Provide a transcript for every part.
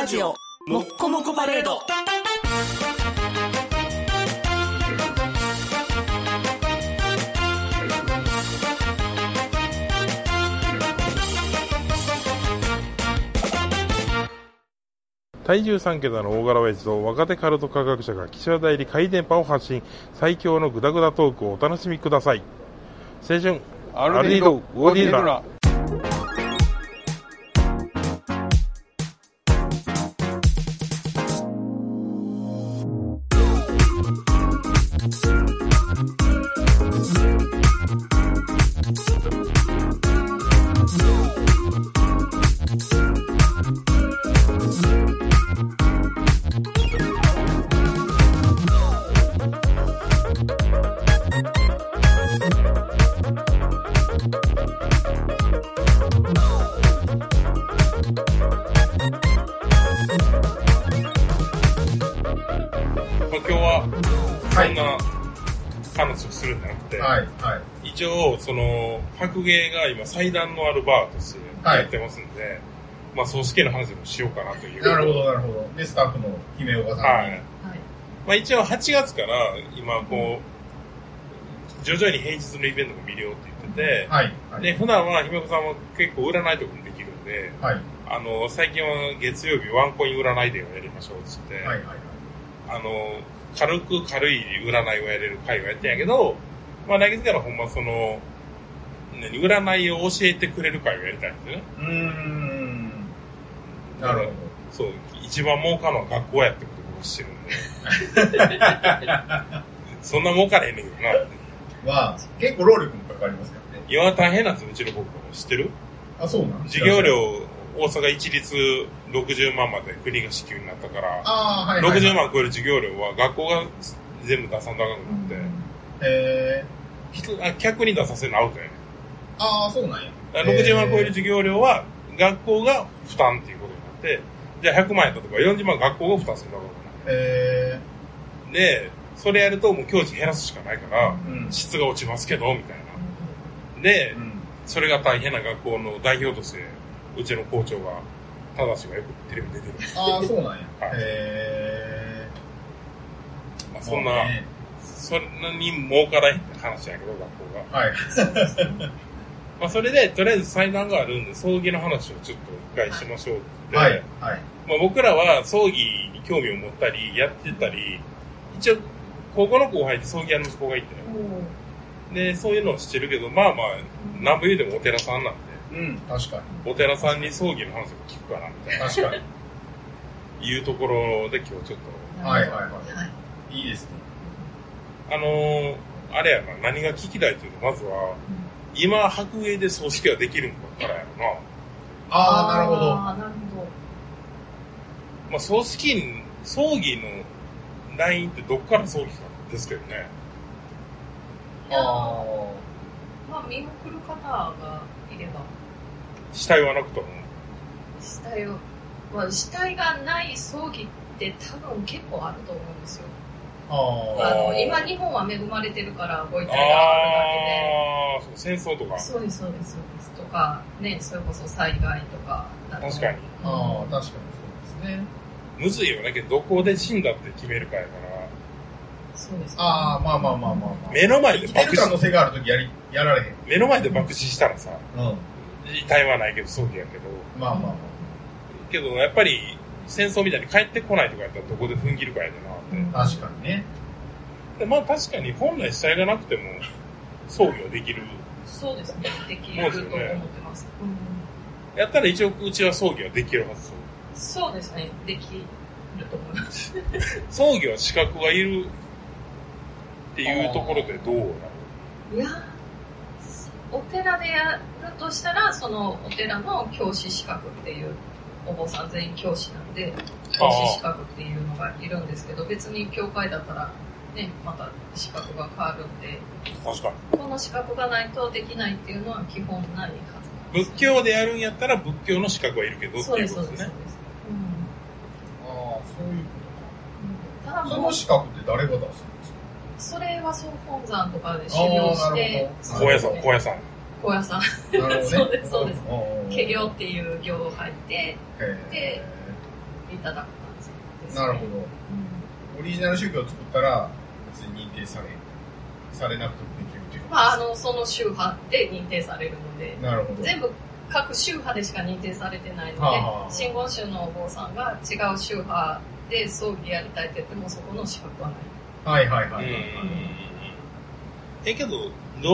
ラジオもっこもこパレード。 体重3桁の大柄親父と若手カルト科学者が岸和田入り回電波を発信、最強のグダグダトークをお楽しみください。青春アルディードウォディーラ。 一応その白芸が今祭壇のあるバーとしてやってますんで、はい、まあ葬式の話もしようかなという。 なるほどなるほど。でスタッフの姫岡さんに、はい、 まあ一応8月から今こう徐々に平日のイベントも見るよって言ってて、はいはい、で普段は姫岡さんは結構占いとかもできるんで、はい、最近は月曜日ワンコイン占いデーをやりましょうって言って、はいはいはい、軽い占いをやれる会をやってんやけど。まあ来月からほんまその占いを教えてくれる会をやりたいんですよね。 なるほど。 そう、一番儲かるのは学校やってことを僕してるんで。そんな儲かれへんねんけどな。 まあ結構労力もかかりますからね。 今は大変なんですよ、うちの僕も知ってる？ あ、そうなん。 授業料大阪一律60万まで国が支給になったから、はいはいはい、60万超える授業料は学校が全部出さんとあかんくなって。客に出させるのアウトやね。 ああ、そうなんや。 60万超える授業料は学校が負担っていうことになって、じゃあ100万やったとか40万学校が負担するのがで、それやるともう教師減らすしかないから、質が落ちますけど、みたいな。で、それが大変な学校の代表として、うちの校長が、正しがよくテレビ出てるんです。 ああ、そうなんや。 まあ、そんな、そんなに儲からへんって話やけど、学校が。はい。まあ、それで、とりあえず祭壇があるんで、葬儀の話をちょっと一回しましょうって。はい。はい。まあ、僕らは葬儀に興味を持ったり、やってたり、一応、高校の後輩で葬儀屋の息子がいて、で、そういうのを知ってるけど、まあまあ、何部言うてもお寺さんなんで。 確かに。 お寺さんに葬儀の話を聞くかな、みたいな。 確かに。いうところで今日ちょっと。 はいはいはい。いいですね。 あれやな、何が聞きたいというと、まずは、今、白芸で葬式ができるのかからやろな。 ああ、なるほど。 なるほど。 まあ、葬儀のラインってどっから葬儀かですけどね。 まあ、見送る方がいれば。 死体はなくとも。 死体がない葬儀って多分結構あると思うんですよ。今日本は恵まれてるからご遺体があるだけで。戦争とか。 そうですとかね、それこそ災害とかだと。 確かにそうですね。 むずいよねけど、どこで死んだって決めるかやから。 そうですね。 まあ。 目の前で生きてる可能性があるときやられへん。 目の前で爆死したらさ、遺体はないけど葬儀やけど。 まあ。 けどやっぱり戦争みたいに帰ってこないとかやったらどこで踏ん切るかやでなって。 確かにね。 でまあ確かに本来死体がなくても葬儀はできる。 そうですね。できると思ってます。 やったら一応うちは葬儀はできるはず。 そうですね。できると思います。 葬儀は資格がいるっていうところでどうなの？ いや、お寺でやるとしたら、そのお寺の教師資格っていう、お坊さん全員教師なんで、教師資格っていうのがいるんですけど、別に教会だったらね、また資格が変わるんで、 確かに。 この資格がないとできないっていうのは基本ないはず。 仏教でやるんやったら仏教の資格はいるけどっていうことですね。 そうです。 そういうことか。その資格って誰が出すんですか？ それは総本山とかで修行して、 高野山。 高野山。そうです。化業っていう業入って、で、 いただく感じです、ね。 なるほど。オリジナル宗教を作ったら、別に認定されなくてもできるっていうことですか？ その宗派で認定されるので、 なるほど。 全部各宗派でしか認定されてないので、真言宗のお坊さんが違う宗派で葬儀やりたいって言ってもそこの資格はない。 はいはいはい。 けど、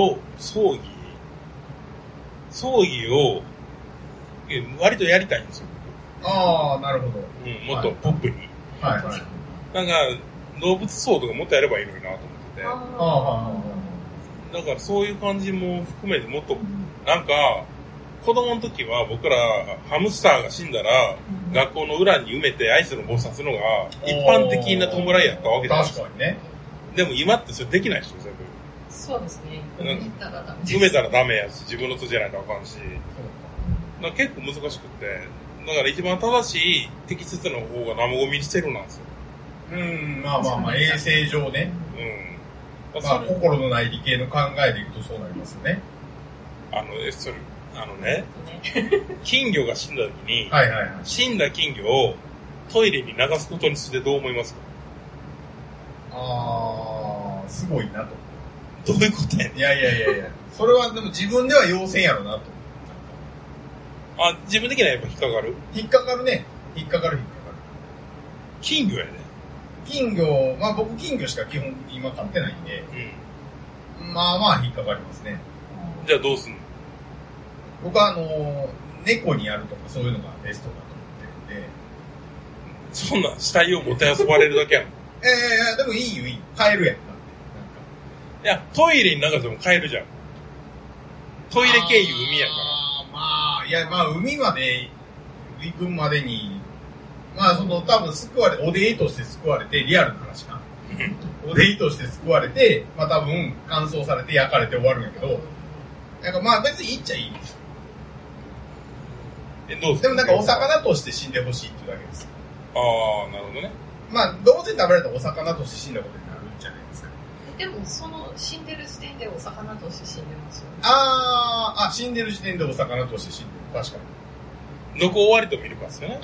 葬儀を割とやりたいんですよ。 ああ、なるほど。 もっとポップに。 はいはい。 なんか、動物葬とかもっとやればいいのになと思ってて。だからそういう感じも含めてもっと、なんか、子供の時は僕らハムスターが死んだら、学校の裏に埋めてアイスの棒刺すのが一般的な弔いやったわけです。 確かにね。 でも今ってそれできないでしょ、全部。 そうですね。埋めたらダメやし、自分の土地じゃないとあかんし。だから結構難しくて、だから一番正しい適切な方が生ゴミ捨てるなんですよ。 まあ、衛生上ね。まあ、心のない理系の考えでいくとそうなりますよね。 金魚が死んだ時に、死んだ金魚をトイレに流すことについてどう思いますか？ すごいなと。 どういうことやねん。 いや。それはでも自分では要請やろなと。 自分的にはやっぱ引っかかる？ 引っかかるね。引っかかる。 金魚やね。 金魚、まあ僕金魚しか基本今飼ってないんで、まあ引っかかりますね。 じゃあどうすんの？ 僕は猫にやるとかそういうのがベストだと思ってるんで。 そんな死体をもてあそばれるだけやん。 でもいい。飼えるやん。 いや、トイレに流しても飼えるじゃん。トイレ経由海やから。 海まで行くまでに、多分おでいとして救われて、リアルな話な。おでいとして救われて、多分乾燥されて焼かれて終わるんやけど、別にいいっちゃいいんですよ。でもお魚として死んでほしいっていうだけです。 なるほどね。 どうせ食べられたらお魚として死んだことになるんじゃないですか。 でも死んでる時点でお魚として死んでますよね。 死んでる時点でお魚として死んでる。確かに。どこ終わりと見るかですよね。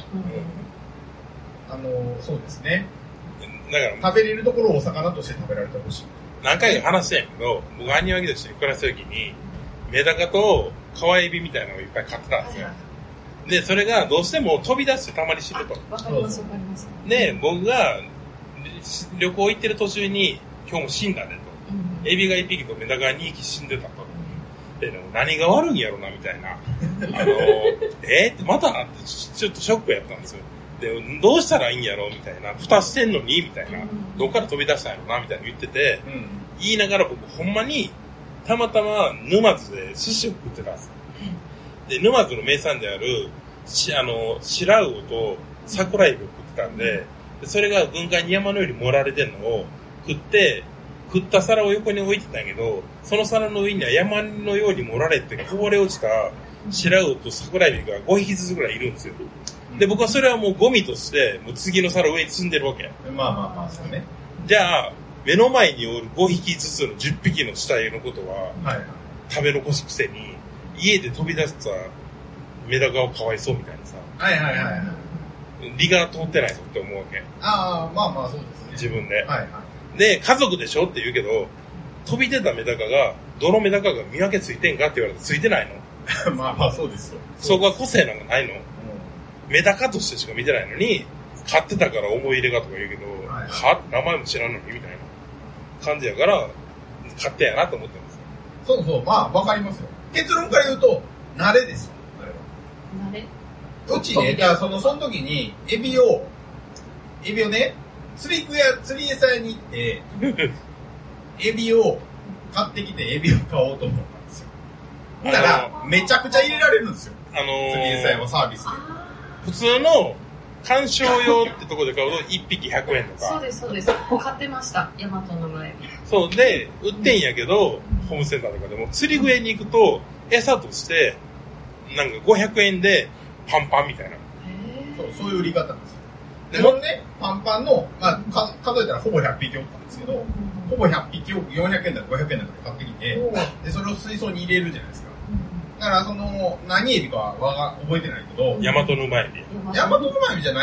そうですね。 だから食べれるところをお魚として食べられてほしい。 何回か話したんやけど、僕アニワギとして暮らした時に、メダカとカワエビみたいなのをいっぱい飼ってたんですよ。で、それがどうしても飛び出してたまに死ぬと。 わかります。 で、僕が旅行行ってる途中に、今日も死んだねと。エビが1匹とメダカが2匹死んでたと。で、何が悪いんやろな、みたいな。ってまたなってちょっとショックやったんですよ。で、どうしたらいいんやろみたいな。蓋してんのにみたいな。どっから飛び出したんやろなみたいな言ってて、言いながら僕ほんまに、たまたま沼津で寿司を食ってたんですよ。で、沼津の名産である、白魚と桜エビを食ってたんで、それが軍艦に山のように盛られてんのを食った皿を横に置いてたんやけど、その皿の上には山のように盛られてこぼれ落ちた白魚と桜エビが5匹ずつぐらいいるんですよ。で、僕はそれはもうゴミとして、もう次の皿上に積んでるわけや。 そうね。 じゃあ、目の前におる5匹ずつの10匹の死体のことは、食べ残すくせに、家で飛び出したメダカをかわいそうみたいなさ。理が通ってないぞって思うわけ。 そうですね。 自分で。で、家族でしょって言うけど、飛び出たメダカが、どのメダカが見分けついてんかって言われてついてないの。そうですよ。 そこは個性なんかないの。メダカとしてしか見てないのに、飼ってたから思い入れがとか言うけど、名前も知らんのにみたいな感じやから、飼ってやなと思ってます。 わかりますよ。結論から言うと、慣れですよ。 慣れうちね、その時に、エビをね、釣り餌屋に行って、エビを買ってきて、エビを買おうと思ったんですよ。だから、めちゃくちゃ入れられるんですよ。釣り餌屋のサービスで。 普通の観賞用ってとこで買うと1匹100円とか。 そうです。買ってました。大和の前に。 そうで、売ってんやけど、ホームセンターとかでも、釣り具屋に行くと、餌として、なんか500円でパンパンみたいな。 そういう売り方なんですよ。でもね、パンパンの、数えたらほぼ100匹おったんですけど、ほぼ100匹を400円だか500円だかで買ってきて、で、それを水槽に入れるじゃないですか。だから、何エビかは覚えてないけど、 大和沼エビ。 大和沼エビじゃないと思う。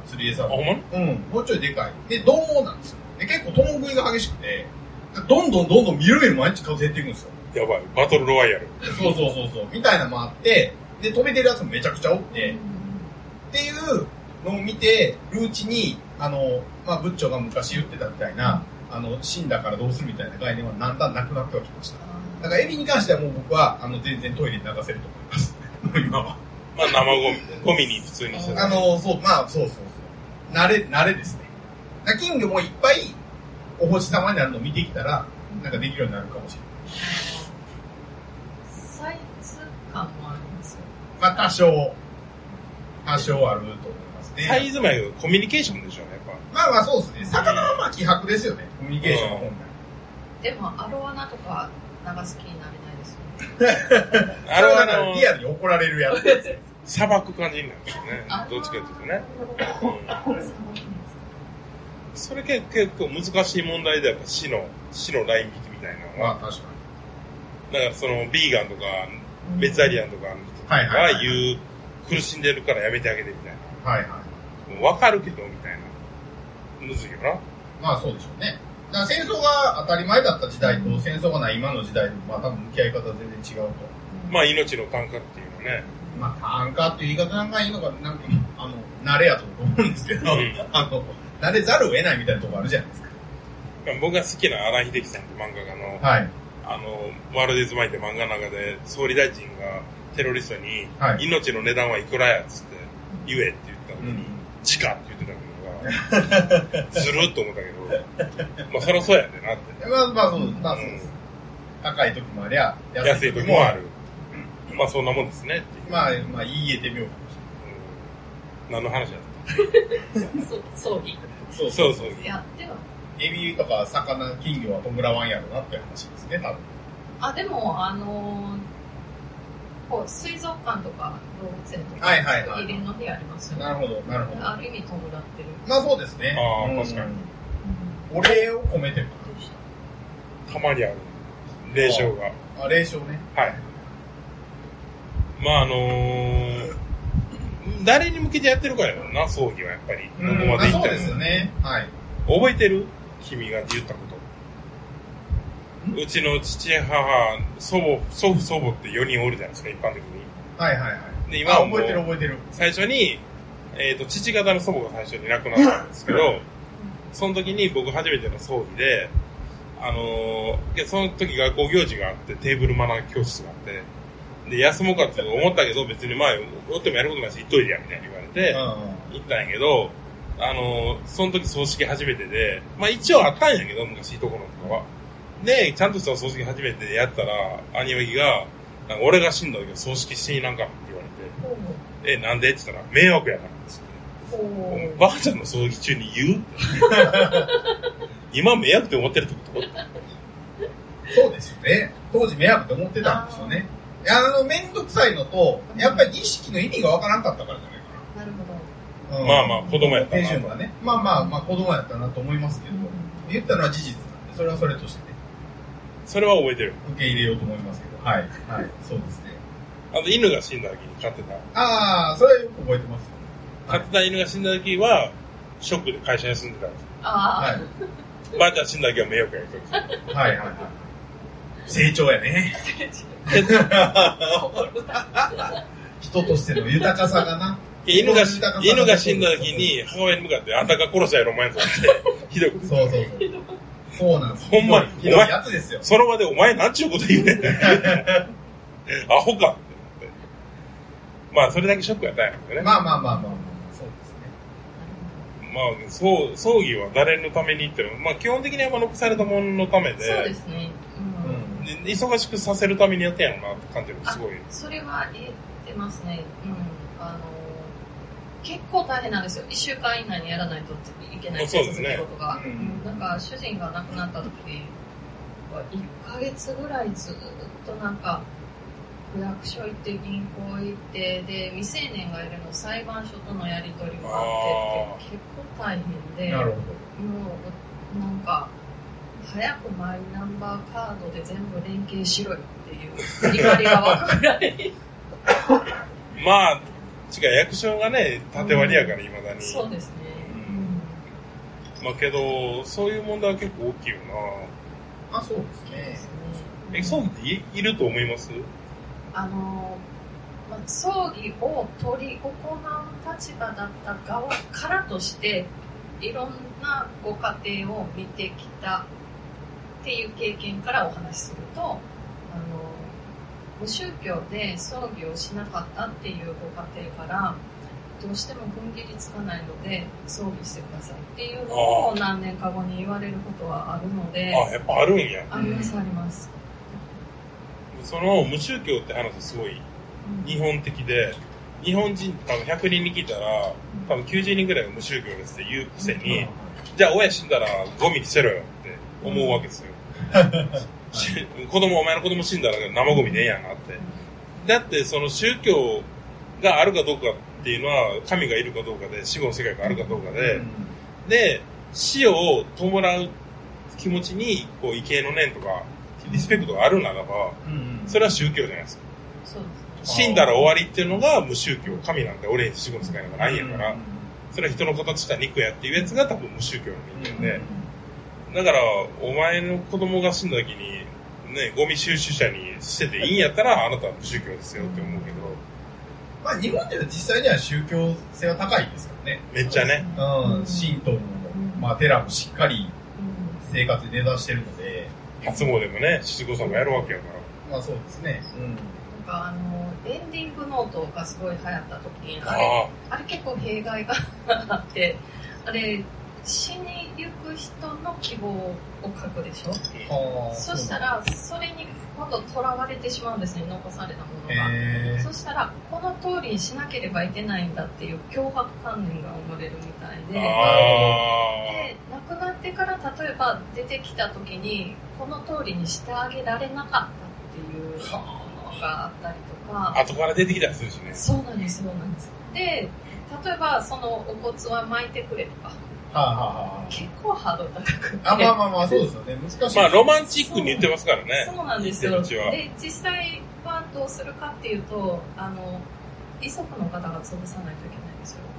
釣り餌は。 ほんまに？ うん、もうちょいでかい。で、どうなんですよ。で、結構、共食いが激しくて、どんどんみるみる毎日数減っていくんですよ。 やばい、バトルロワイヤル。 そう、みたいなのもあって、で、止めてるやつもめちゃくちゃおって、っていうのを見てるうちに、まあ、ブッチョが昔言ってたみたいな、死んだからどうするみたいな概念はだんだんなくなってはきました。だから、エビに関してはもう僕は、全然トイレに流せると思います。今は。 まあ、生ゴミに普通にしてた。 そう。慣れですね。金魚もいっぱいお星様になるのを見てきたら、なんかできるようになるかもしれない。 サイズ感もありますよ。 まあ、多少あると思いますね。 サイズもやけど、コミュニケーションでしょうね、やっぱ。 まあそうですね。魚はまあ希薄ですよね。コミュニケーションは本来。でも、アロワナとか流す気になれないですよね。 アロワナリアルに怒られるやつです。 砂漠感じになるんですよね。どっちかというとね。それ結構難しい問題で、やっぱ死のライン引きみたいなのは。 まあ確かに。だからその、ビーガンとか、ベジタリアンとかの人が言う、苦しんでるからやめてあげてみたいな。 はいはい。 わかるけど、みたいな。むずいよな。 まあそうでしょうね。だから戦争が当たり前だった時代と戦争がない今の時代と、まあ多分向き合い方は全然違うと。 まあ命の単価っていうのね。 まあ単価っていう言い方なんかいいのか、なんか、慣れやと思うんですけど、慣れざるを得ないみたいなところあるじゃないですか。 僕が好きな荒井秀樹さんって漫画家の、 はい。 ワールドイズマインって漫画の中で、総理大臣がテロリストに、 はい、 命の値段はいくらやっつって、言えって言ったのに、時価って言ってたのが、ずるっと思ったけど、まあそりゃそうやでなって。 まあそうです。まあそうです。高い時もありゃ、 安い時もある。まあそんなもんですねっていう。 まあ言えてみようかもしれない。何の話だった葬儀。 そう。 いや、では。 エビとか魚、金魚は弔わんやろなって話ですね、多分。 でも、こう、水族館とか動物園とか、入れの日ありますよね。 なるほど。 ある意味弔ってる。 まあそうですね。 確かに。 お礼を込めてる。 たまにある。霊障が。 霊障ね。 はい。まあ誰に向けてやってるかやろな、葬儀はやっぱり。 そうですよね。はい。 覚えてる？君が言ったこと。うちの父、母、祖母って4人おるじゃないですか、一般的に。 はい。 で、今覚えてる。 最初に、父方の祖母が最初に亡くなったんですけど、その時に僕初めての葬儀で、その時学校行事があって、テーブルマナー教室があって、で、休もうかって思ったけど、別におってもやることないし、行っといてや、みたいに言われて、行ったんやけど、その時葬式初めてで、まあ一応あったんやけど、昔いとこのとかは。で、ちゃんとした葬式初めてやったら、兄貴が、俺が死んだ時は葬式していなんかって言われて、なんでって言ったら、迷惑やからですって。ばあちゃんの葬儀中に言う今迷惑って思ってるってことそうですよね。当時迷惑って思ってたんでしょうね。めんどくさいのと、やっぱり儀式の意味がわからんかったからじゃないかな。 なるほど。まあ子供やったな。 手順がね。まあ子供やったなと思いますけど、言ったのは事実なんで、それはそれとしてね。 それは覚えてる。 受け入れようと思いますけど。はい。そうですね。 あと犬が死んだ時に飼ってた。 それはよく覚えてますよ。 飼ってた犬が死んだ時は、ショックで会社休んでたんですよ。ばあちゃん死んだ時は迷惑やけど。 はい。成長やね。人としての豊かさがな。 犬が死んだ時に母親に向かって、あんたが殺したやろ、お前とって、ひどいこと言って。そうなんです。 ほんまに。 ひどいやつですよ。 その場でお前なんちゅうこと言うねん。アホかって思って。まあ、それだけショックやったんやけどね。 まあ。そうですね。 まあ、葬儀は誰のためにっていうのは、まあ、基本的には残されたもののためで。 そうですね。 忙しくさせるためにやってんやろなって感じる。すごい。 それは言ってますね。結構大変なんですよ。1週間以内にやらないといけない手続きことが。なんか主人が亡くなった時は1ヶ月ぐらいずっとなんか区役所行って銀行行ってで未成年がいるの裁判所とのやり取りもあって結構大変で。 なるほど。 もうなんか早くマイナンバーカードで全部連携しろよっていう怒りが湧くぐらい。 まあ。役所がね、縦割りやから、未だに。 そうですね。 まあけど、そういう問題は結構大きいよな。そうですね。 葬儀っていると思います？ 葬儀を取り行う立場だった側からとして、いろんなご家庭を見てきたっていう経験からお話しすると、無宗教で葬儀をしなかったっていうご家庭から、どうしても踏ん切りつかないので葬儀してくださいっていうのを何年か後に言われることはあるので。 やっぱあるんや。 ありますあります。 その無宗教って話はすごい日本的で、日本人多分100人に聞いたら多分90人ぐらいが無宗教ですって言うくせに、じゃあ親死んだらゴミに捨てろよって思うわけですよ。お前の子供死んだら生ゴミでええやんなって。だってその宗教があるかどうかっていうのは神がいるかどうかで、死後の世界があるかどうかで、で死を弔う気持ちにこう畏敬の念とかリスペクトがあるならば、それは宗教じゃないですか。 そうです。 死んだら終わりっていうのが無宗教。神なんて俺に死後の世界なんかないんやから、それは人の形した肉やっていうやつが多分無宗教の人間で、だからお前の子供が死んだ時にね、ゴミ収集車に捨てていいんやったらあなたは無宗教ですよって思うけど、 まあ日本では実際には宗教性は高いですよね。 めっちゃね。 神道も、まあ寺もしっかり生活に根ざしてるので。 初詣もね、七五三もやるわけやから。 まあそうですね。 なんかエンディングノートがすごい流行った時に、あれ結構弊害があって、あれ、死にゆく人の希望を書くでしょ。そしたらそれに今度囚われてしまうんですね、残されたものが。そしたらこの通りにしなければいけないんだっていう脅迫観念が生まれるみたいで、亡くなってから例えば出てきた時にこの通りにしてあげられなかったっていうのがあったりとか、 後から出てきたりするしね。 そうなんですそうなんです。で、例えばそのお骨は巻いてくれとか、結構ハードル高くて。 まあそうですよね。難しい。 まあロマンチックに言ってますからね。 そうなんですよ。で、実際はどうするかっていうと、遺族の方が潰さないといけないんですよ。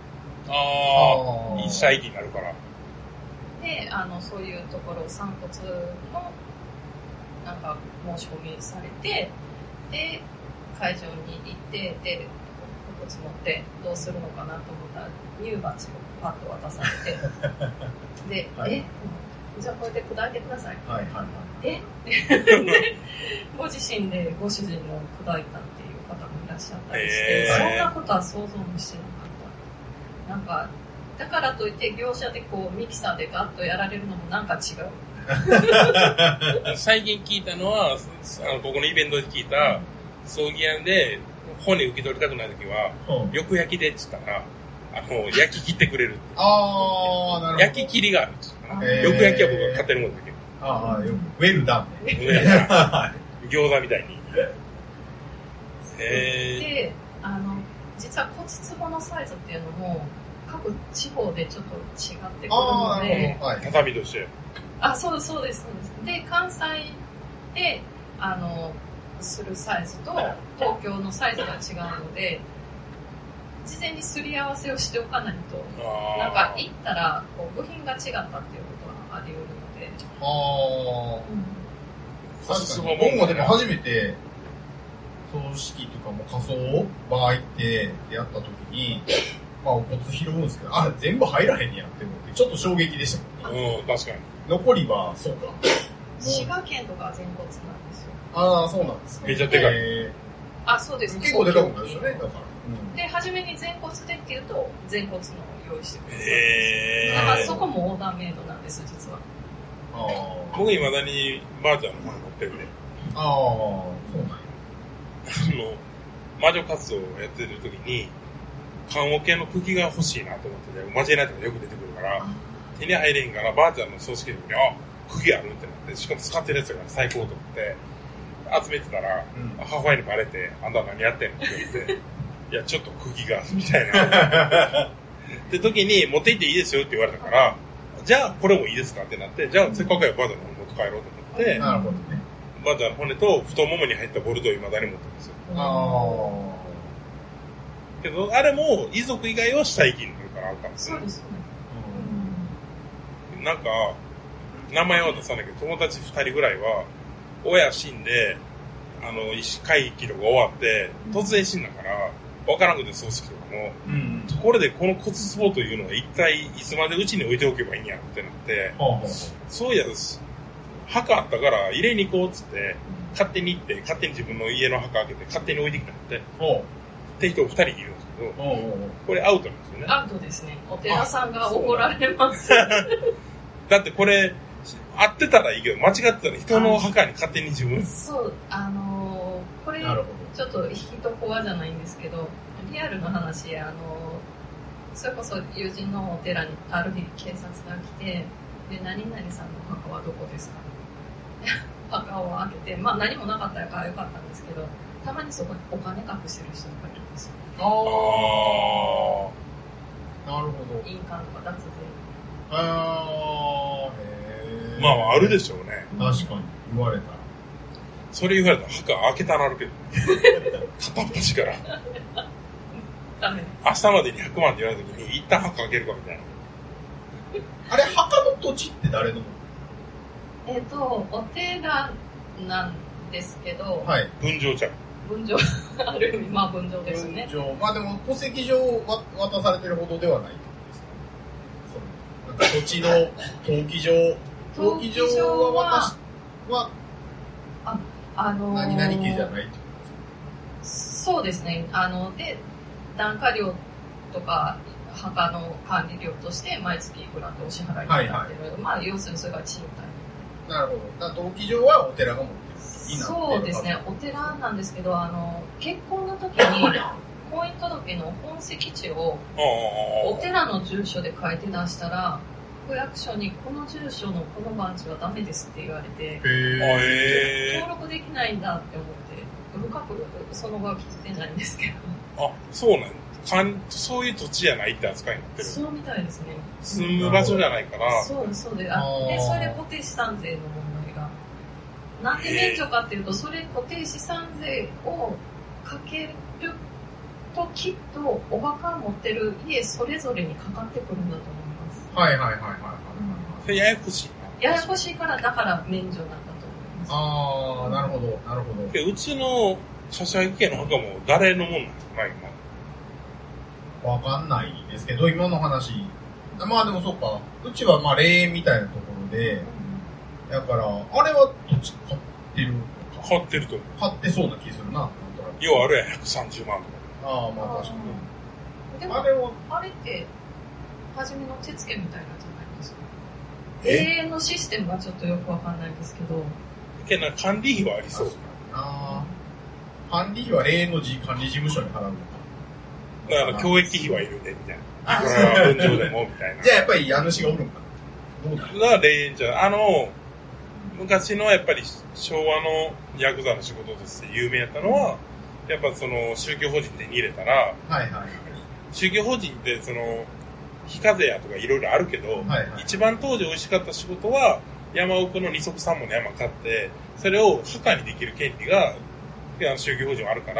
一切になるから。 で、そういうところ、散骨のなんか申し込みされて、で、会場に行って、で、お骨持ってどうするのかなと思ったら、乳鉢をパッと渡されて、で、じゃあこれで砕いてください。で、ご自身でご主人を砕いたっていう方もいらっしゃったりして、そんなことは想像もしてなかった。なんか、だからといって業者でこうミキサーでガッとやられるのもなんか違う。 最近聞いたのは、ここのイベントで聞いた、葬儀屋で骨受け取りたくないときは、よく焼きでって言ったら、焼き切ってくれる。 なるほど。 焼き切りがあるんですよ。よく焼きは僕は勝手に持ってるウェルダンね。 餃子みたいに。 で、実は骨壺のサイズっていうのも、各地方でちょっと違ってくるので。 畳として。 そうです、そうです。で、関西で、するサイズと、東京のサイズが違うので、事前にすり合わせをしておかないと、なんか行ったらこう部品が違ったっていうことはあり得るので。 確かに。僕もでも初めて、葬式とかも仮装場合ってやった時に、まあお骨拾うんですけど、全部入らへんやって思って、ちょっと衝撃でしたもんね。 確かに。 残りは、そうか。 滋賀県とかは全骨なんですよ。 そうなんですね。 めっちゃでかい。 そうです。 結構でかくないですよね、だから。 で、初めに全骨でっていうと、全骨の用意してください。だからそこもオーダーメイドなんです、実は。 僕未だにばあちゃんの方に持ってるんで。 そうなんや。 魔女活動をやってる時に、棺桶の茎が欲しいなと思ってね、間違いないとかよく出てくるから、手に入れへんから、ばあちゃんの葬式の時に、茎あるってなって、しかも使ってるやつが最高と思って、集めてたら、母親にバレて、あんた何やってんのって言って、いや、ちょっと釘が、みたいな。って時に、持って行っていいですよって言われたから、じゃあ、これもいいですかってなって、じゃあ、せっかくやバーザーの方持って帰ろうと思って、 なるほどね。 バーザーの骨と太ももに入ったボルトを未だに持ってるんですよ。けど、あれも、遺族以外は死体遺棄になるからあかんですね。 そうですね。 なんか、名前は出さないけど、友達2人ぐらいは、親死んで、会議とか終わって、突然死んだから、わからなくて葬式とかも、ところでこの骨壺というのは一体いつまでうちに置いておけばいいんやってなって、そういや、墓あったから入れに行こうっつって、勝手に行って、勝手に自分の家の墓開けて、勝手に置いてきたって、って人2人いるんですけど、これアウトなんですよね。 アウトですね。お寺さんが怒られます。 だってこれ、合ってたらいいけど、間違ってたら人の墓に勝手に自分。 そう、これ、ちょっと引きとこわじゃないんですけど、リアルな話、それこそ友人のお寺にある日警察が来て、で、何々さんの墓はどこですか墓を開けて、まあ何もなかったからよかったんですけど、たまにそこにお金隠してる人がいるんですよ。 なるほど。 印鑑とか脱税。 まあ、あるでしょうね。 確かに。言われたら。 それ言われたら墓開けたなるけど。片っ端から。 ダメです。 明日までに100万って言われた時に、一旦墓開けるかみたいな。 あれ、墓の土地って誰の？ お寺なんですけど、 はい。 分譲ちゃう。 分譲、ある意味、まあ分譲ですね。 分譲。まあでも、戸籍上渡されてるほどではないってことですか？土地の登記上は何々家じゃないってことですか？そうですね。で、檀家料とか、墓の管理料として毎月いくらってお支払いになってる。はいはい、まあ、要するにそれが賃貸。 なるほど。だから登記上はお寺が持ってる。 そうですね。お寺なんですけど、結婚の時に、婚姻届の本籍地をお寺の住所で書いて出したら、区役所にこの住所のこの番地はダメですって言われて、登録できないんだって思って、深くその後は聞いてないんですけど。 あ、そうなんそういう土地じゃないって扱いになってる。 そうみたいですね。 住む場所じゃないから。 そうです、そうです。で、それで固定資産税の問題が。なんで免除かっていうと、それ固定資産税をかけるときっとお墓を持ってる家それぞれにかかってくるんだと思います。 はいはいはいはい。 それややこしい。 ややこしいから、だから免除なんだと思います。 ああ、なるほど、なるほど。 うちの柏木家の墓も誰のもんなんですか、今。 わかんないですけど、今の話。まあでもそうか。うちはまあ霊園みたいなところで、だから、あれは土地買ってる？ 買ってると。 買ってそうな気するな。 要はあれは130万とか。 ああ、まあ確かに。でも、あれって、初めの手付けみたいなんじゃないですか。永遠のシステムはちょっとよくわかんないんですけど。 管理費はありそう。 管理費は霊園の管理事務所に払うのか。 だから、教育費はいるね、みたいな。これは分譲でも、みたいな。 じゃあやっぱり家主がおるんかな。 どうだろう。だから霊園じゃ昔のやっぱり昭和のヤクザの仕事として有名やったのは、やっぱその宗教法人手に入れたら、 はいはい、 宗教法人ってその、非課税やとかいろいろあるけど、はいはい、一番当時美味しかった仕事は、山奥の二足三本の山買って、それを墓にできる権利が、宗教法人はあるから、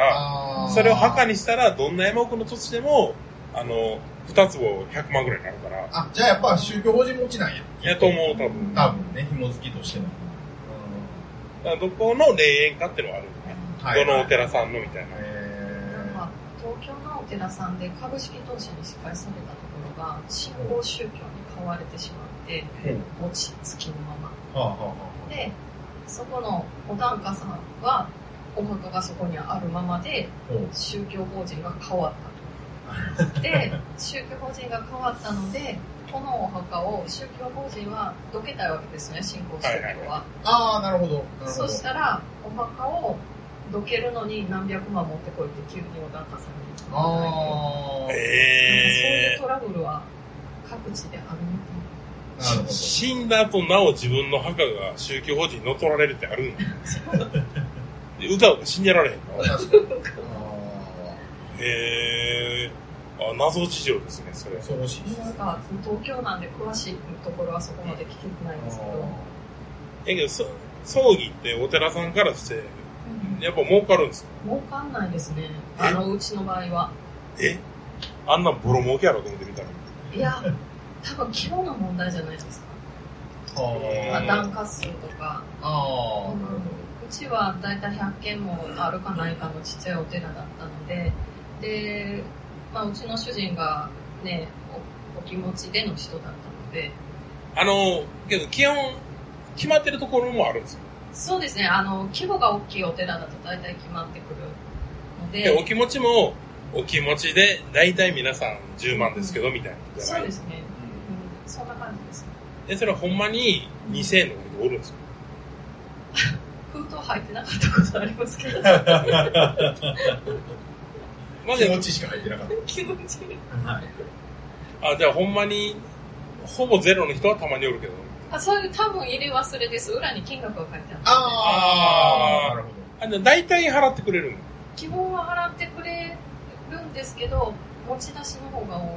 それを墓にしたら、どんな山奥の土地でも、二坪100万ぐらいになるから。 あ、じゃあやっぱ宗教法人持ちなんや。 やと思う、多分。 多分ね、紐付きとしては。 だからどこの霊園かっていうのはあるんだね。はいはい、どのお寺さんのみたいな。 なんか、東京のお寺さんで株式投資に失敗されたところが、新興宗教に買われてしまって、餅つきのまま。で、そこのお檀家さんは、お墓がそこにあるままで、宗教法人が変わったと。で、宗教法人が変わったので、このお墓を宗教法人はどけたいわけですね、新興宗教は。 ああ、なるほど。 そしたら、お墓をどけるのに何百万持ってこいって急にお檀家さんに言ってもらえない。そういうトラブルは各地であるみたいな。 死んだ後なお自分の墓が宗教法人に乗っ取られるってあるんだ。うかうか信じられへんの。 確かに。 謎事情ですね、それ。 恐ろしいです。 なんか、東京なんで詳しいところはそこまで聞けてないんですけど。 けど、葬儀ってお寺さんからして、やっぱ儲かるんですか？ 儲かんないですね。うちの場合は。 あんなボロ儲けやろと思ってみたら。 いや、多分規模の問題じゃないですか。 檀家数とか。うちはだいたい100軒もあるかないかのちっちゃいお寺だったので、で、まあうちの主人がね、お気持ちでの人だったので。 けど基本、決まってるところもあるんですよ。 そうですね、規模が大きいお寺だと大体決まってくるので。 お気持ちも、お気持ちで、大体皆さん10万ですけど、みたいな。 そうですね。そんな感じですね。 で、それはほんまに2000円の人おるんですよ。 封筒入ってなかったことありますけど。 気持ちしか入ってなかった。 気持ち。 はい。 じゃあほんまに、ほぼゼロの人はたまにおるけど。 そういう多分入れ忘れです。裏に金額が書いてある。 なるほど。大体払ってくれるの？ 基本は払ってくれるんですけど、持ち出しの方が多い。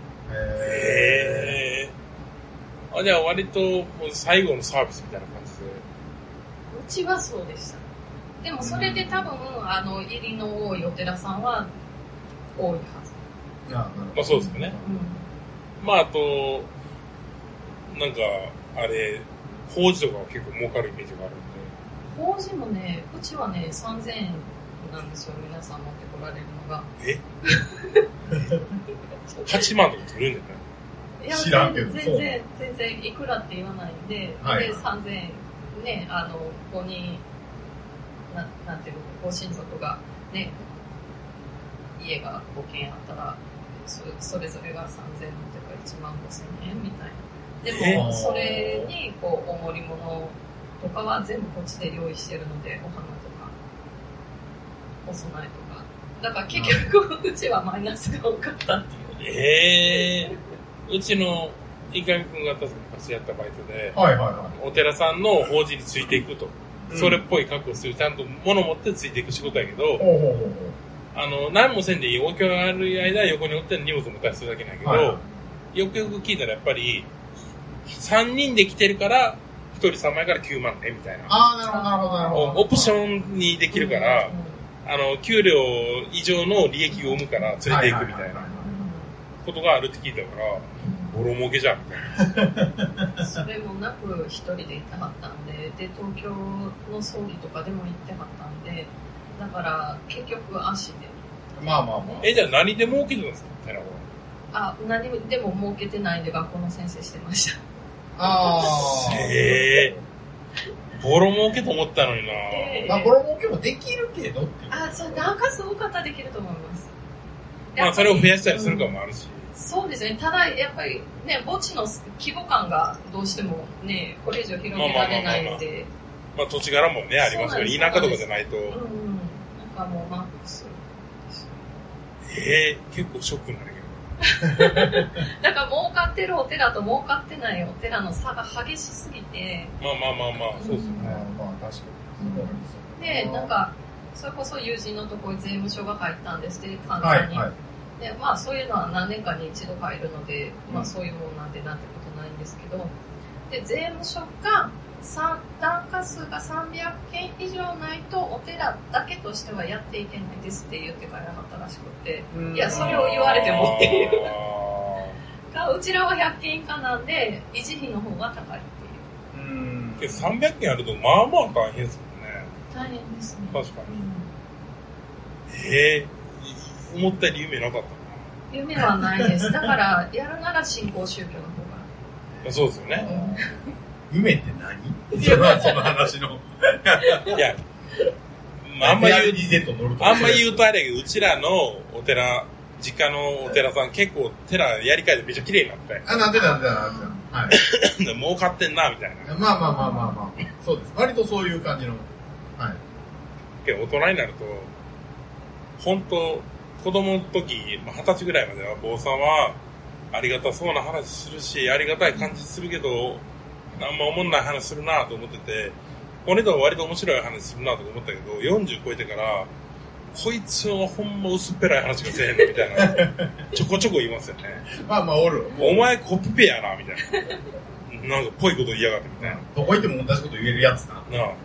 じゃあ割ともう最後のサービスみたいな感じで。 うちはそうでした。でもそれで多分、入りの多いお寺さんは多いはず。 まあそうですよね。まああと、なんか、あれ、法事とかは結構儲かるイメージがあるんで。法事もね、うちはね、3000円なんですよ、皆さん持ってこられるのが。 8万とか取るんじゃない？ いや、 知らんけど。 全然いくらって言わないんで、で、3000円、ね、ここに、なんていうの、ご親族が、ね、家が5軒あったら、それぞれが3000円とか1万5000円みたいな。でも、それに、こう、お盛り物とかは全部こっちで用意してるので、お花とか、お供えとか。だから結局、うちはマイナスが多かったっていう。 うちの、いかみくんが昔やったバイトで、 はいお寺さんの法事についていくと。それっぽい格好する、ちゃんと物持ってついていく仕事やけど、何もせんでいい、お経がある間横におって荷物も出すだけなんやけど、よくよく聞いたらやっぱり、3人で来てるから、1人3万円から9万ね、みたいな。 なるほど。 オプションにできるから、給料以上の利益を生むから連れていくみたいなことがあるって聞いたから、ボロ儲けじゃん、みたいな。 それもなく一人で行ってはったんで、で、東京の葬儀とかでも行ってはったんで、だから結局足で。 まあ。 じゃあ何で儲けてたんですか、寺は。何でも儲けてないんで学校の先生してました。 ボロ儲けと思ったのにな。 まあ、ボロ儲けもできるけど。 それなんかすごかったらできると思います。 まあ、それを増やしたりするかもあるし。 そうですね。ただ、やっぱりね、墓地の規模感がどうしてもね、これ以上広げられないので。 まあ、土地柄もね、ありますよね。田舎とかじゃないと。 なんかもうマックス。 結構ショックになるけど。 だから儲かってるお寺と儲かってないお寺の差が激しすぎて。 まあ、そうですよね。 まあ、確かに。で、なんか、それこそ友人のところに税務署が入ったんですって、関西に。で、まあそういうのは何年かに一度入るので、まあそういうものなんてなんてことないんですけど、で、税務署が檀家数が300件以上ないとお寺だけとしてはやっていけないですって言ってからはったらしくて、いや、それを言われてもっていう。うちらは100件以下なんで、維持費の方が高いっていう。 300件あるとまあまあ大変ですもんね。 大変ですね。 確かに。思ったより夢なかったな。 夢はないです。だから、やるなら新興宗教の方が。そうですよね。 夢って何？その話の。 いや、あんま言うとあれやけど、うちらのお寺、実家のお寺さん結構寺やり替えてめっちゃ綺麗になって。 なってた。はい。 儲かってんな、みたいな。 まあ。そうです。割とそういう感じの。はい。 けど大人になると、本当子供の時、20歳ぐらいまでは坊さんはありがたそうな話するし、ありがたい感じするけど、あんま思んない話するなと思ってて、この人は割と面白い話するなと思ったけど、40超えてから、こいつはほんま薄っぺらい話がせえへんのみたいな、ちょこちょこ言いますよね。 まあおる。 お前コピペやな、みたいな。なんかぽいこと言いやがってみたいな。 どこ行っても同じこと言えるやつな。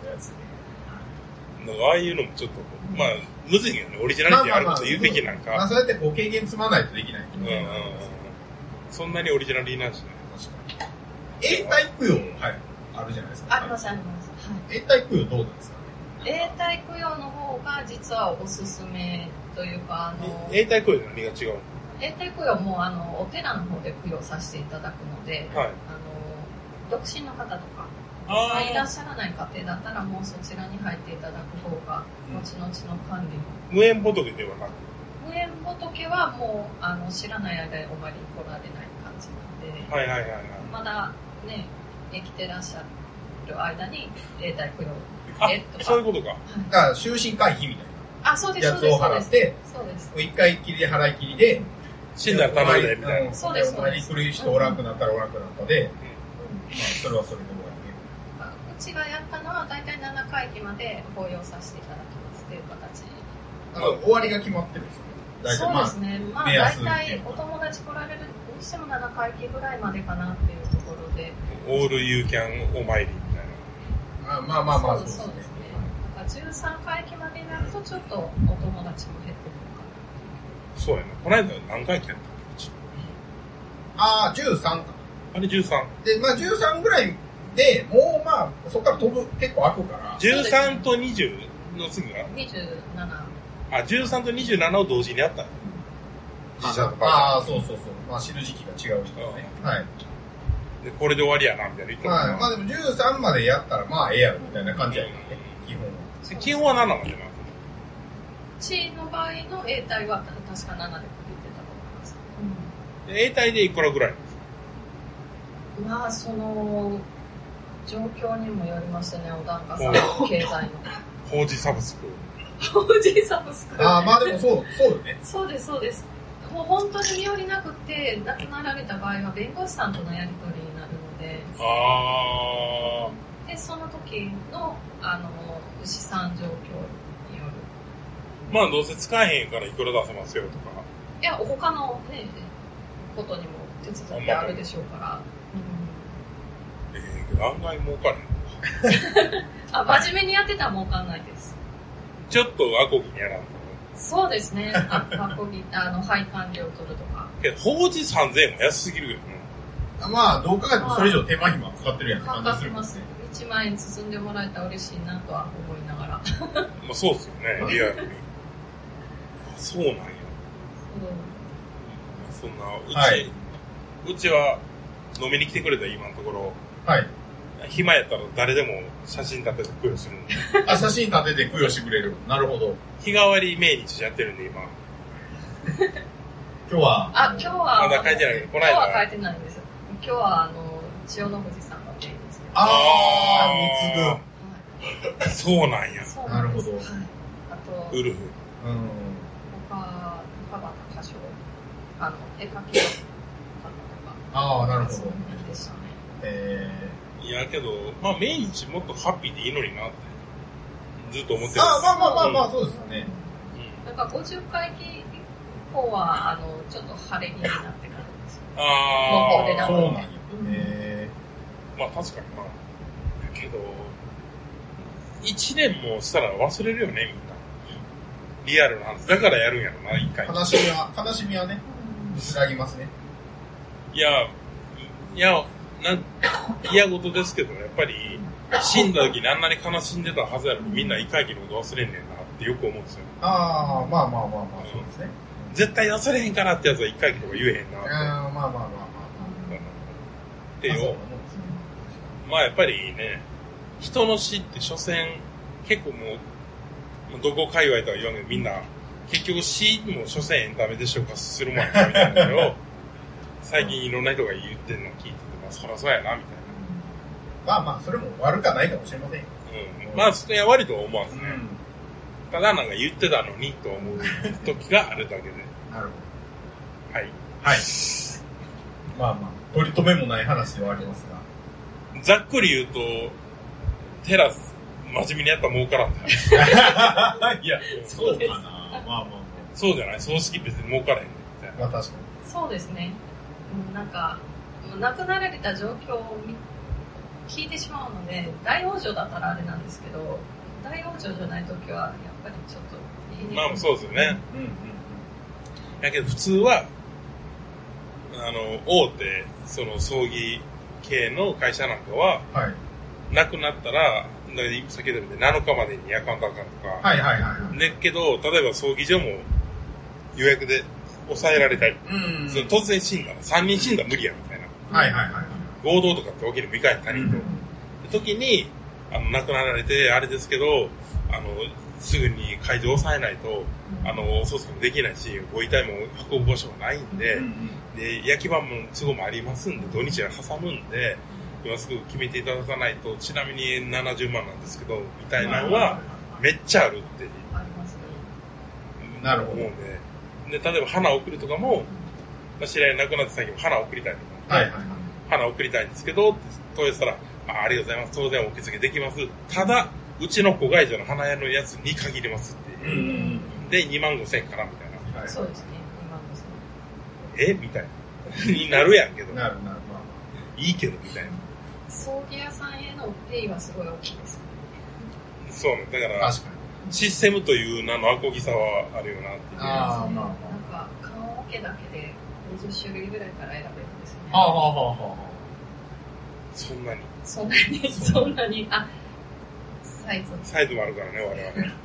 なんかああいうのもちょっと、まあ、むずいよね。オリジナリティあること言うべきなんか。 まあそうやってこう経験積まないとできない。 そんなにオリジナリティなんしね。 確かに。 永代供養、はい、あるじゃないですか。 あります、あります。はい。 永代供養どうなんですかね。永代供養の方が実はおすすめというか、 永代供養の何が違うの？ 永代供養もお寺の方で供養させていただくので、はい、独身の方とか、いらっしゃらない家庭だったらもうそちらに入っていただく方が、後々の管理も。 無縁仏ではなく？ 無縁仏はもう知らない間にお参りに来られない感じなんで、 はいはいはいはい、 まだね、生きてらっしゃる間に永代供養とか。そういうことか。 だから終身回避みたいな。 あ、そうです、 やつを払って、 そうです。 一回きりで払いきりで、 死んだらたまりでみたいな。 そうです、そうです。 お参りする人おらんくなったらおらんくなったで、まあそれはそれで終わり。うちがやったのは大体7回忌まで法要させていただきますという形。 終わりが決まってるんですよね。 そうですね。まあ大体お友達来られるにしても7回忌ぐらいまでかなっていうところで。 オールユーキャンお参りみたいな。 まあそうですね。 13回忌までになるとちょっとお友達も減ってくるかな。 そうやな。この間何回忌やったっけ？13か。 あれ13。 で、まあ13ぐらいで、もうまあ、そこから飛ぶ、結構開くから。 13と20の次が ?27。 13と27を同時にやったの。 そう。まあ知る時期が違う人ね。はい。 で、これで終わりやな、みたいな言ってまあでも13までやったら、まあええやろ、みたいな感じやね、基本は。 基本は何なのかな？ C の場合の永代は確か7で区切ってたと思います。 永代でいくらぐらいなんですか？まあ、その、状況にもよりましてね、お檀家さんの経済の。 法事サブスク。 法事サブスク。 まあでもそうよね。 そうです。もう本当に身寄りなくて、亡くなられた場合は弁護士さんとのやり取りになるので。で、その時の、牛さん状況による。 まあどうせ使えへんからいくら出せますよとか。 いや、他のね、ことにも手伝ってあるでしょうから。 案外儲かる真面目にやってたら儲かんないです。 ちょっとアコギにやらんと。 そうですね。アコギ、配管料取るとか。 けど、法事3000円も安すぎるよね。 まあ、どう考えてもそれ以上手間暇かかってるやんって感じする。 かかってますね。1万円包んでもらえたら嬉しいなとは思いながら。 まあそうですよね、リアルに。そうなんや。そんな、うちは飲みに来てくれた今のところ。はい。暇やったら誰でも写真立てて供養するんで。 写真立てて供養してくれる。なるほど。 日替わり命日やってるんで今。 今日はまだ書いてないけど、この間。 今日は書いてないんですよ。今日は千代の富士さんが命日。 貢ぐ。 そうなんや。 なるほど。 あと、 ウルフ。 中畑歌唱。絵描きの方とか。 なるほど。 そうでしたね。 いやけど、まあ命日もっとハッピーでいいのになってずっと思ってる。 まあそうですよね。 なんか50回忌以降はちょっと晴れ着になってくるんですよ。 そうなんや。 まあ確かにな。だけど1年もしたら忘れるよねみんな。リアルな話だからやるんやろな一回。 悲しみはね薄らぎますね。 いや嫌事ですけど、やっぱり、死んだ時にあんなに悲しんでたはずやのに、みんな一回忌のこと忘れんねんなってよく思うんですよ。 まあ、そうですね。 絶対忘れへんからってやつは一回忌とか言えへんなって。 まあ。 ってよ。まあやっぱりね、人の死って所詮、結構もう、どこ界隈とは言わんけど、みんな、結局死も所詮エンタメで消化するもんやなみたいなのを、最近いろんな人が言ってるのを聞いてて、そらそうやなみたいな。まあそれも悪かないかもしれませんよ。 まあそれは悪いとは思わんですね。ただなんか言ってたのにと思う時があるだけで。 なるほど。はい。 まあ取り留めもない話ではありますが。ざっくり言うと、テラス真面目にやったら儲からんだよ。 いや、そうかな。まあ。 そうじゃない？葬式別に儲からへんみたいな。 まあ確かに。 そうですね。なんか、亡くなられた状況を聞いてしまうので、大往生だったらあれなんですけど、大往生じゃないときは、やっぱりちょっと言いにくい。 まあそうですよね。だけど普通は、大手、その葬儀系の会社なんかは、はい、亡くなったら、先ほど言った7日までにアカウントあかんとか。はいはいはい。だけど、例えば葬儀所も予約で抑えられたり。その突然死んだ。3人死んだら無理やみたいな。はいはいはい。合同とかって起きる未開他人と。時に、亡くなられて、あれですけど、すぐに会場を抑えないと、お葬式もできないし、ご遺体も運ぶ場所がないんで、で、焼き場も都合もありますんで、土日が挟むんで、今すぐ決めていただかないと、ちなみに70万なんですけど、みたいなのは、めっちゃあるって。ありますね。なるほど。思うんで、例えば花を送るとかも、知り合い亡くなった先も花を送りたいとか、はいはいはい、花を送りたいんですけど、って問い合わせたら、ありがとうございます。当然お受付できます。ただ、うちの子会社の花屋のやつに限りますっていう。で、25,000円からみたいな。はい、そうですね。25,000円。みたいな。になるやんけど。なる。いいけど、みたいな。 葬儀屋さんへのペイはすごい大きいですね。 そうね。だから、確かにシステムという名のアコギさはあるよなっていう。 ああ、まあ。なんか、棺桶だけで20種類ぐらいから選べるんですよね。 そんなに。サイズもあるからね、我々。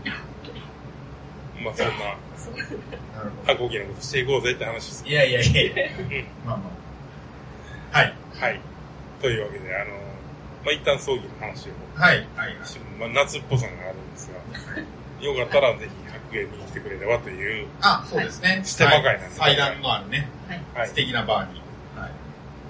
まあそんな、アコギのことしていこうぜって話です。 いや。まあまあ。はい。 はい。というわけで、一旦葬儀の話を。 はい。 夏っぽさがあるんですが、よかったらぜひ白芸見に来てくれればという。 あ、そうですね。 ステマ会なんで。 祭壇のあるね。はい。素敵なバーに。はい。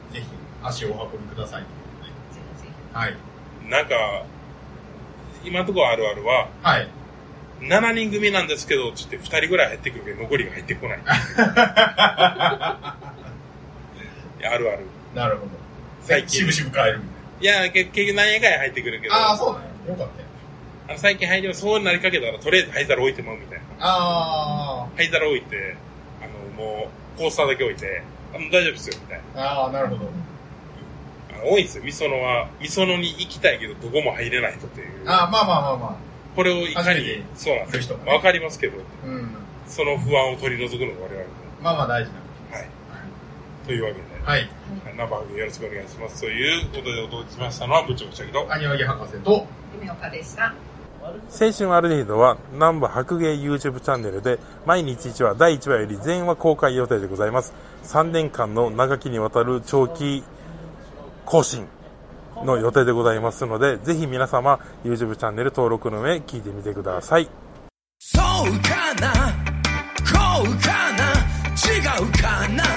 ぜひ、足をお運びください。はい。 なんか、今のところあるあるは、はい。7人組なんですけど、つって2人ぐらい入ってくるけど、残りが入ってこない。あるある。 なるほど。最近。しぶしぶ帰るみたいな。いや、結局何やかんや入ってくるけど。 ああ、そうだよ。よかったよ。 最近入りもそうなりかけたら、とりあえず灰皿置いてもらうみたいな。灰皿置いて、もう、コースターだけ置いて、大丈夫ですよ、みたいな。 ああ、なるほど。 多いんですよ。みそのは、みそのに行きたいけど、どこも入れない人っていう。 まあ。 これをいかに、そうなんですよ。わかりますけど、その不安を取り除くのが我々の。 まあ大事な。はい。というわけで、はい。ナンバーグよろしくお願いします。ということでお届けしましたのは部長でしたけど、 アニワギ博士と、 梅岡でした。 青春アルデヒドはナンバー白芸 YouTube チャンネルで毎日1話、第1話より全話公開予定でございます。3年間の長きにわたる長期更新の予定でございますので、ぜひ皆様 YouTube チャンネル登録の上聞いてみてください。そうかな、こうかな、違うかな、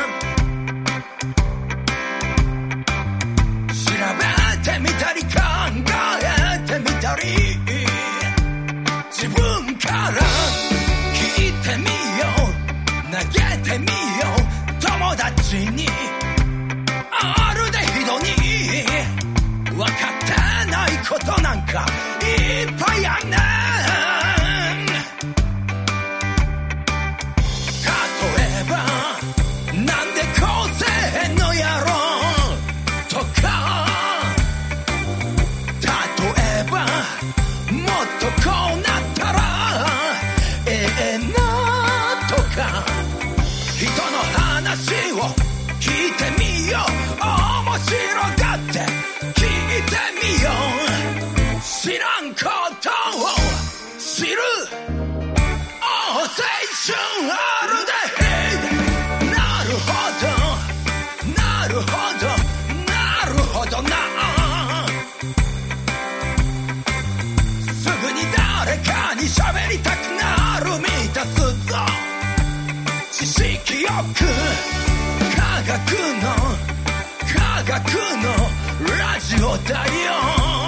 調べてみたり考えてみたり、自分から聞いてみよう、投げてみよう、友達に、あるでひどに分かってないことなんかいっぱいあんねん。例えばなんでこうせんのやろとか、例えばもっとこうなったらええなとか、人の話を聞いてみよう、面白がって聞いてみよう、知らんことを知る、青春あるで。なるほどなるほどなるほどな、すぐに誰かに喋りたくなる満たすぞ、知識よく科学のラジオだよ。